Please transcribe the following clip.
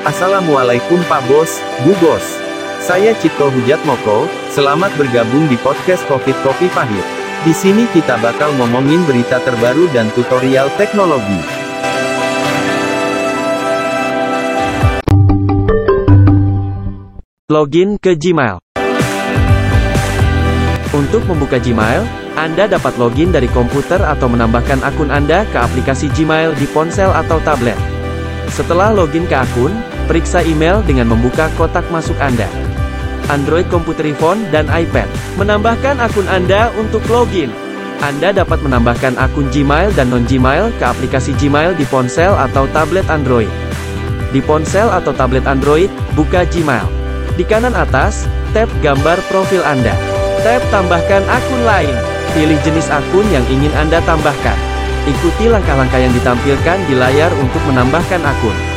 Assalamualaikum Pak Bos, Bu Bos. Saya Cipto Hujatmoko, selamat bergabung di podcast Covid Kopi Pahit. Di sini kita bakal ngomongin berita terbaru dan tutorial teknologi. Login ke Gmail. Untuk membuka Gmail, Anda dapat login dari komputer atau menambahkan akun Anda ke aplikasi Gmail di ponsel atau tablet. Setelah login ke akun, periksa email dengan membuka kotak masuk Anda. Android komputer iPhone dan iPad. Menambahkan akun Anda untuk login. Anda dapat menambahkan akun Gmail dan non-Gmail ke aplikasi Gmail di ponsel atau tablet Android. Di ponsel atau tablet Android, buka Gmail. Di kanan atas, tap gambar profil Anda. Tap tambahkan akun lain. Pilih jenis akun yang ingin Anda tambahkan. Ikuti langkah-langkah yang ditampilkan di layar untuk menambahkan akun.